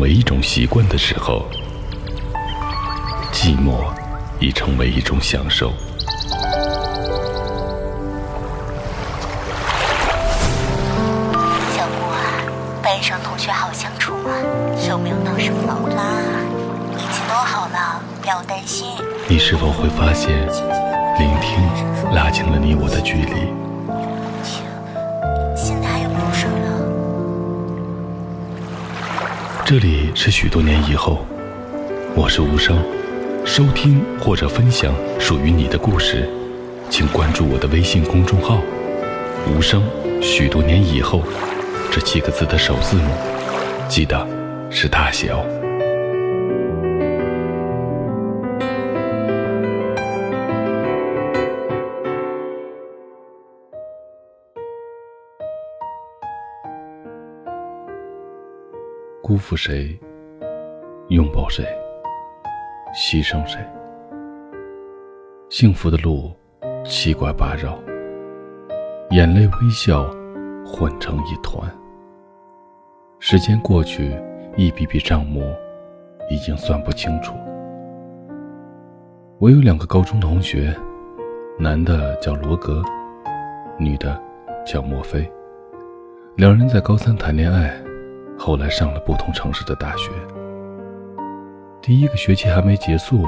为一种习惯的时候，寂寞已成为一种享受。 小顾啊，班上同学好相处吗？有没有闹什么矛盾啊？一切都好了，不要担心。 你是否会发现，聆听拉近了你我的距离？ 现在还有没有睡了？ 这里是许多年以后，我是无声。收听或者分享属于你的故事，请关注我的微信公众号无声许多年以后这7个字的首字母，记得是大小。辜负谁，拥抱谁，牺牲谁？幸福的路七拐八绕，眼泪微笑混成一团。时间过去，一笔笔账目已经算不清楚。我有2个高中同学，男的叫罗格，女的叫莫非。2人在高3谈恋爱，后来上了不同城市的大学。第1个学期还没结束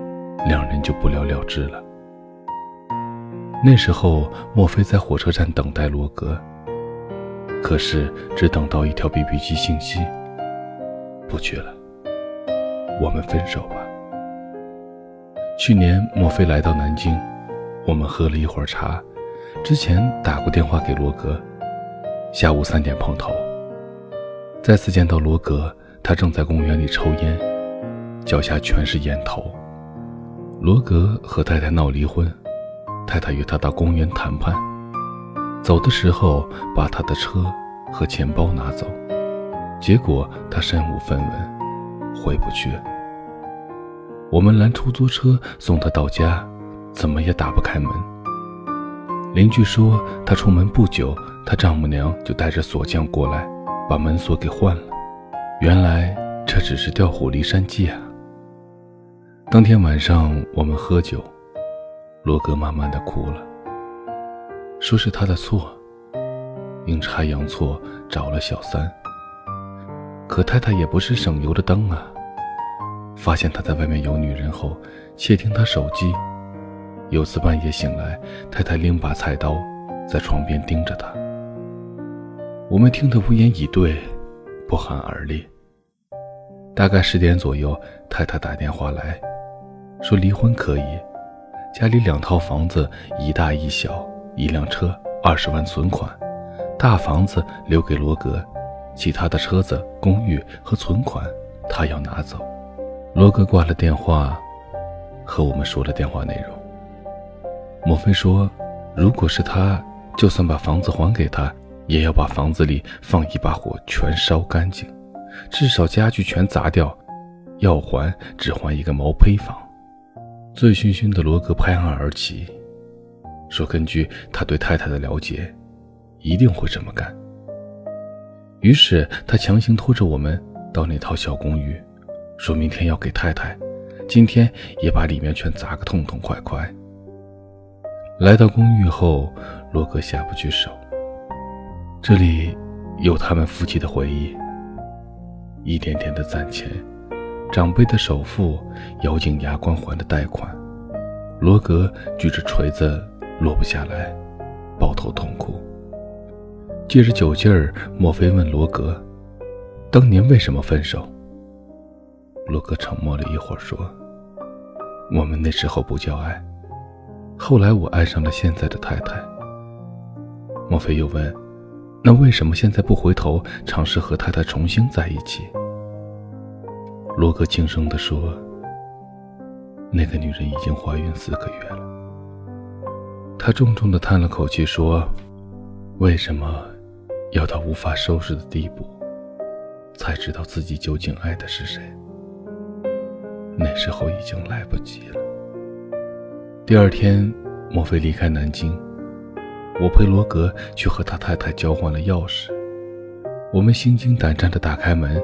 ，2人就不了了之了。那时候莫非在火车站等待罗格，可是只等到一条 BB 机信息：不去了，我们分手吧。去年莫非来到南京，我们喝了一会儿茶，之前打过电话给罗格，下午3点碰头。再次见到罗格，他正在公园里抽烟，脚下全是烟头。罗格和太太闹离婚，太太约他到公园谈判，走的时候把他的车和钱包拿走，结果他身无分文，回不去。我们拦出租车送他到家，怎么也打不开门。邻居说他出门不久，他丈母娘就带着锁匠过来把门锁给换了，原来这只是调虎离山计啊。当天晚上我们喝酒，罗格慢慢地哭了，说是他的错，阴差阳错找了小三。可太太也不是省油的灯啊，发现他在外面有女人后，窃听他手机。有次半夜醒来，太太拎把菜刀在床边盯着他。我们听得无言以对，不寒而栗。大概10点左右，太太打电话来，说离婚可以，家里2套房子，1大1小，1辆车，20万存款，大房子留给罗格，其他的车子、公寓和存款他要拿走。罗格挂了电话，和我们说了电话内容。莫非说，如果是他，就算把房子还给他，也要把房子里放一把火全烧干净，至少家具全砸掉，要还只还一个毛坯房。醉醺醺的罗格拍案而起，说根据他对太太的了解，一定会这么干。于是他强行拖着我们到那套小公寓，说明天要给太太，今天也把里面全砸个痛痛快快。来到公寓后，罗格下不去手。这里有他们夫妻的回忆，一点点的攒钱，长辈的首付，咬紧牙关还的贷款。罗格举着锤子落不下来，抱头痛哭。借着酒劲儿，莫非问罗格，当年为什么分手？罗格沉默了一会儿说，我们那时候不叫爱，后来我爱上了现在的太太。莫非又问，那为什么现在不回头尝试和太太重新在一起？罗格轻声地说，那个女人已经怀孕4个月了。他重重地叹了口气说，为什么要到无法收拾的地步，才知道自己究竟爱的是谁？那时候已经来不及了。第2天，莫非离开南京，我陪罗格去和他太太交换了钥匙。我们心惊胆战地打开门，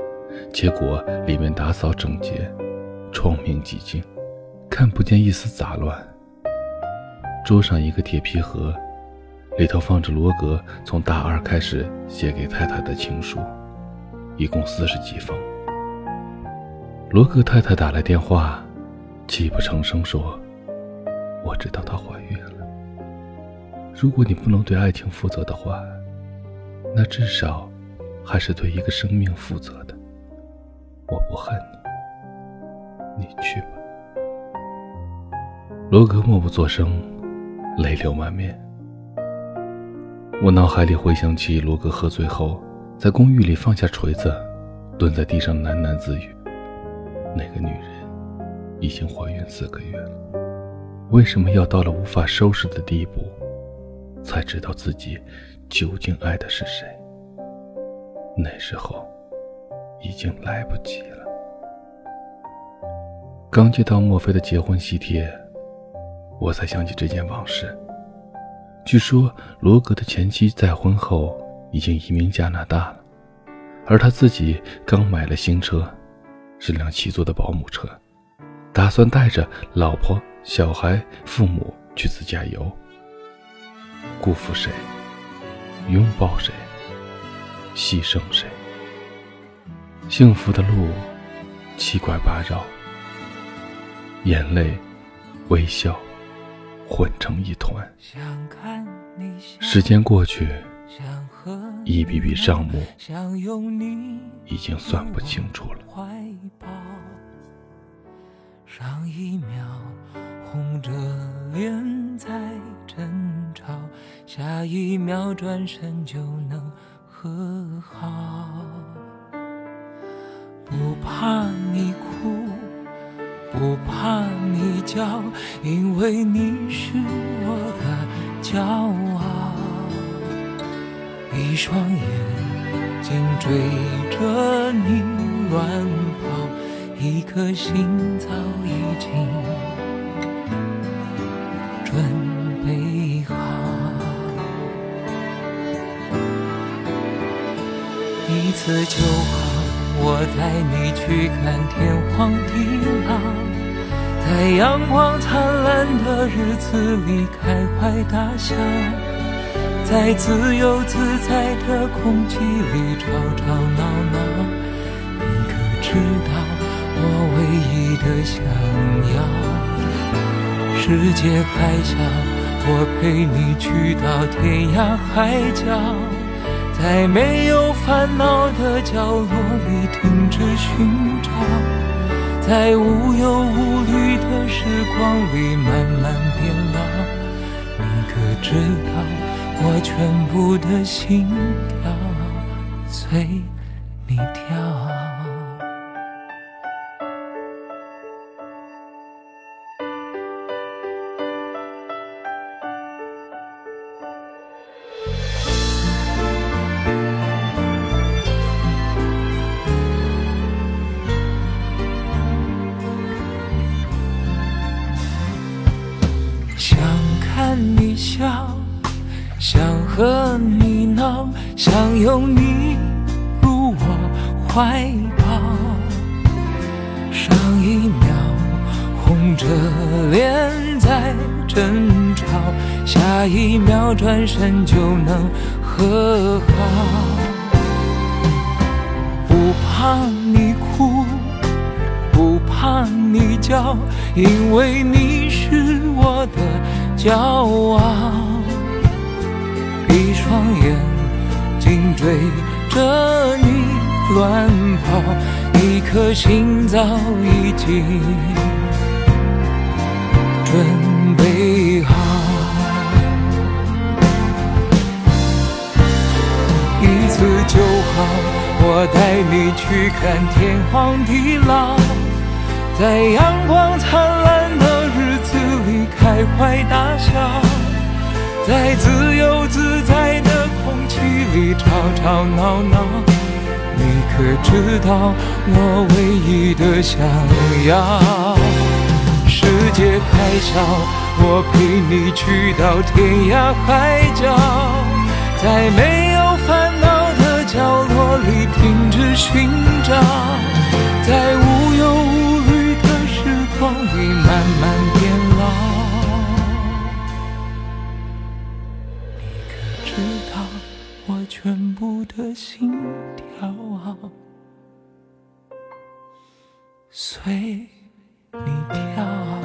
结果里面打扫整洁，窗明几净，看不见一丝杂乱。桌上一个铁皮盒，里头放着罗格从大二开始写给太太的情书，一共40几封。罗格太太打来电话，泣不成声说，我知道她怀孕了，如果你不能对爱情负责的话，那至少还是对一个生命负责的。我不恨你，你去吧。罗格默不作声，泪流满面。我脑海里回想起罗格喝醉后在公寓里放下锤子，蹲在地上喃喃自语，那个女人已经怀孕4个月了，为什么要到了无法收拾的地步才知道自己究竟爱的是谁？那时候已经来不及了。刚接到墨菲的结婚喜帖，我才想起这件往事。据说罗格的前妻再婚后已经移民加拿大了，而他自己刚买了新车，是辆7座的保姆车，打算带着老婆、小孩、父母去自驾游。辜负谁，拥抱谁，牺牲谁？幸福的路七拐八绕，眼泪、微笑混成一团。时间过去，一笔笔账目已经算不清楚了。 上一秒红着脸在争吵，下一秒转身就能和好。不怕你哭，不怕你叫，因为你是我的骄傲。一双眼睛追着你乱跑，一颗心早已经准备好。一次就好，我带你去看天荒地老，在阳光灿烂的日子里开怀大笑，在自由自在的空气里吵吵闹闹。你可知道我唯一的想要？世界还小，我陪你去到天涯海角，在没有烦恼的角落里停止寻找，在无忧无虑的时光里慢慢变老。你可知道我全部的心跳随你跳？想看你笑，想和你闹，想拥你入我怀抱。上一秒红着脸在争吵，下一秒转身就能和好。不怕你哭，不怕你叫，因为你是我的骄傲。一双眼睛追着你乱跑，一颗心早已经准备好。一次就好，我带你去看天荒地老，在阳光灿烂的日子里开怀大笑，在自由自在的空气里吵吵闹闹。你可知道我唯一的想要？世界还小，我陪你去到天涯海角，在没有烦恼的角落里停止寻找， 的心跳随你跳。